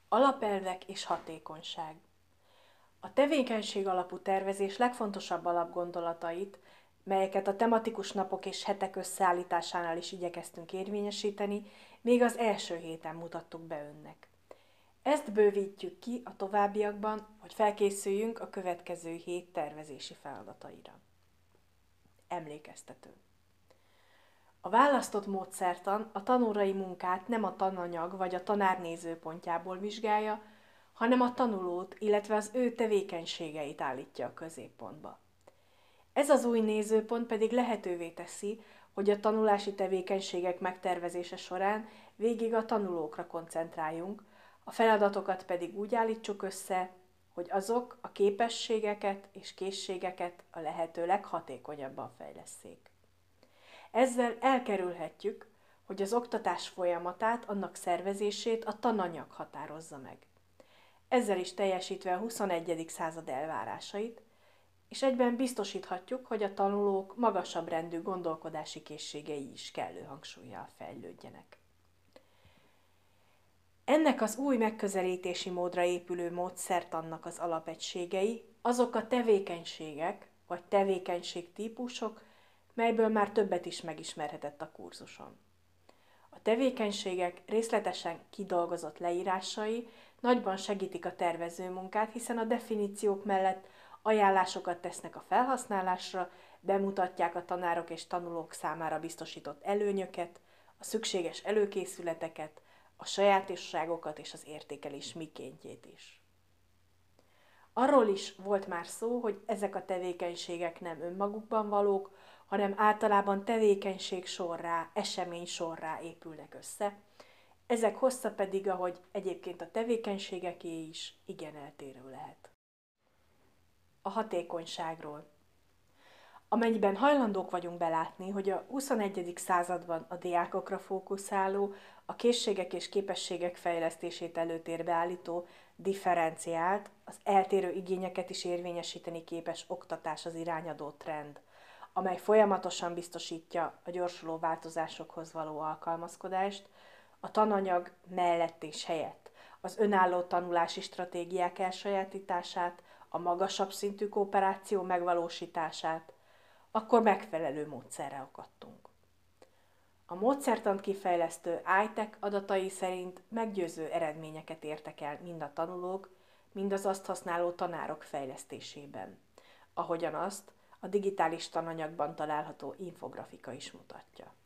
Alapelvek és hatékonyság. A tevékenység alapú tervezés legfontosabb alapgondolatait, melyeket a tematikus napok és hetek összeállításánál is igyekeztünk érvényesíteni, még az első héten mutattuk be önnek. Ezt bővítjük ki a továbbiakban, hogy felkészüljünk a következő hét tervezési feladataira. Emlékeztető. A választott módszertan a tanórai munkát nem a tananyag vagy a tanár nézőpontjából vizsgálja, hanem a tanulót, illetve az ő tevékenységeit állítja a középpontba. Ez az új nézőpont pedig lehetővé teszi, hogy a tanulási tevékenységek megtervezése során végig a tanulókra koncentráljunk, a feladatokat pedig úgy állítsuk össze, hogy azok a képességeket és készségeket a lehető leghatékonyabban fejlesszék. Ezzel elkerülhetjük, hogy az oktatás folyamatát, annak szervezését a tananyag határozza meg. Ezzel is teljesítve a 21. század elvárásait, és egyben biztosíthatjuk, hogy a tanulók magasabb rendű gondolkodási készségei is kellő hangsúllyal fejlődjenek. Ennek az új megközelítési módra épülő módszertannak az alapegységei azok a tevékenységek vagy tevékenységtípusok, melyből már többet is megismerhetett a kurzuson. A tevékenységek részletesen kidolgozott leírásai nagyban segítik a tervezőmunkát, hiszen a definíciók mellett ajánlásokat tesznek a felhasználásra, bemutatják a tanárok és tanulók számára biztosított előnyöket, a szükséges előkészületeket, a sajátosságokat és az értékelés mikéntjét is. Arról is volt már szó, hogy ezek a tevékenységek nem önmagukban valók, hanem általában tevékenység sorrá, esemény sorrá épülnek össze. Ezek hossza pedig, ahogy egyébként a tevékenységeké is, igen eltérő lehet. A hatékonyságról. Amennyiben hajlandók vagyunk belátni, hogy a 21. században a diákokra fókuszáló, a készségek és képességek fejlesztését előtérbe állító, differenciált, az eltérő igényeket is érvényesíteni képes oktatás az irányadó trend, amely folyamatosan biztosítja a gyorsuló változásokhoz való alkalmazkodást, a tananyag mellett és helyett, az önálló tanulási stratégiák elsajátítását, a magasabb szintű kooperáció megvalósítását, akkor megfelelő módszerre akadtunk. A módszertant kifejlesztő iTech adatai szerint meggyőző eredményeket értek el mind a tanulók, mind az azt használó tanárok fejlesztésében, ahogyan azt a digitális tananyagban található infografika is mutatja.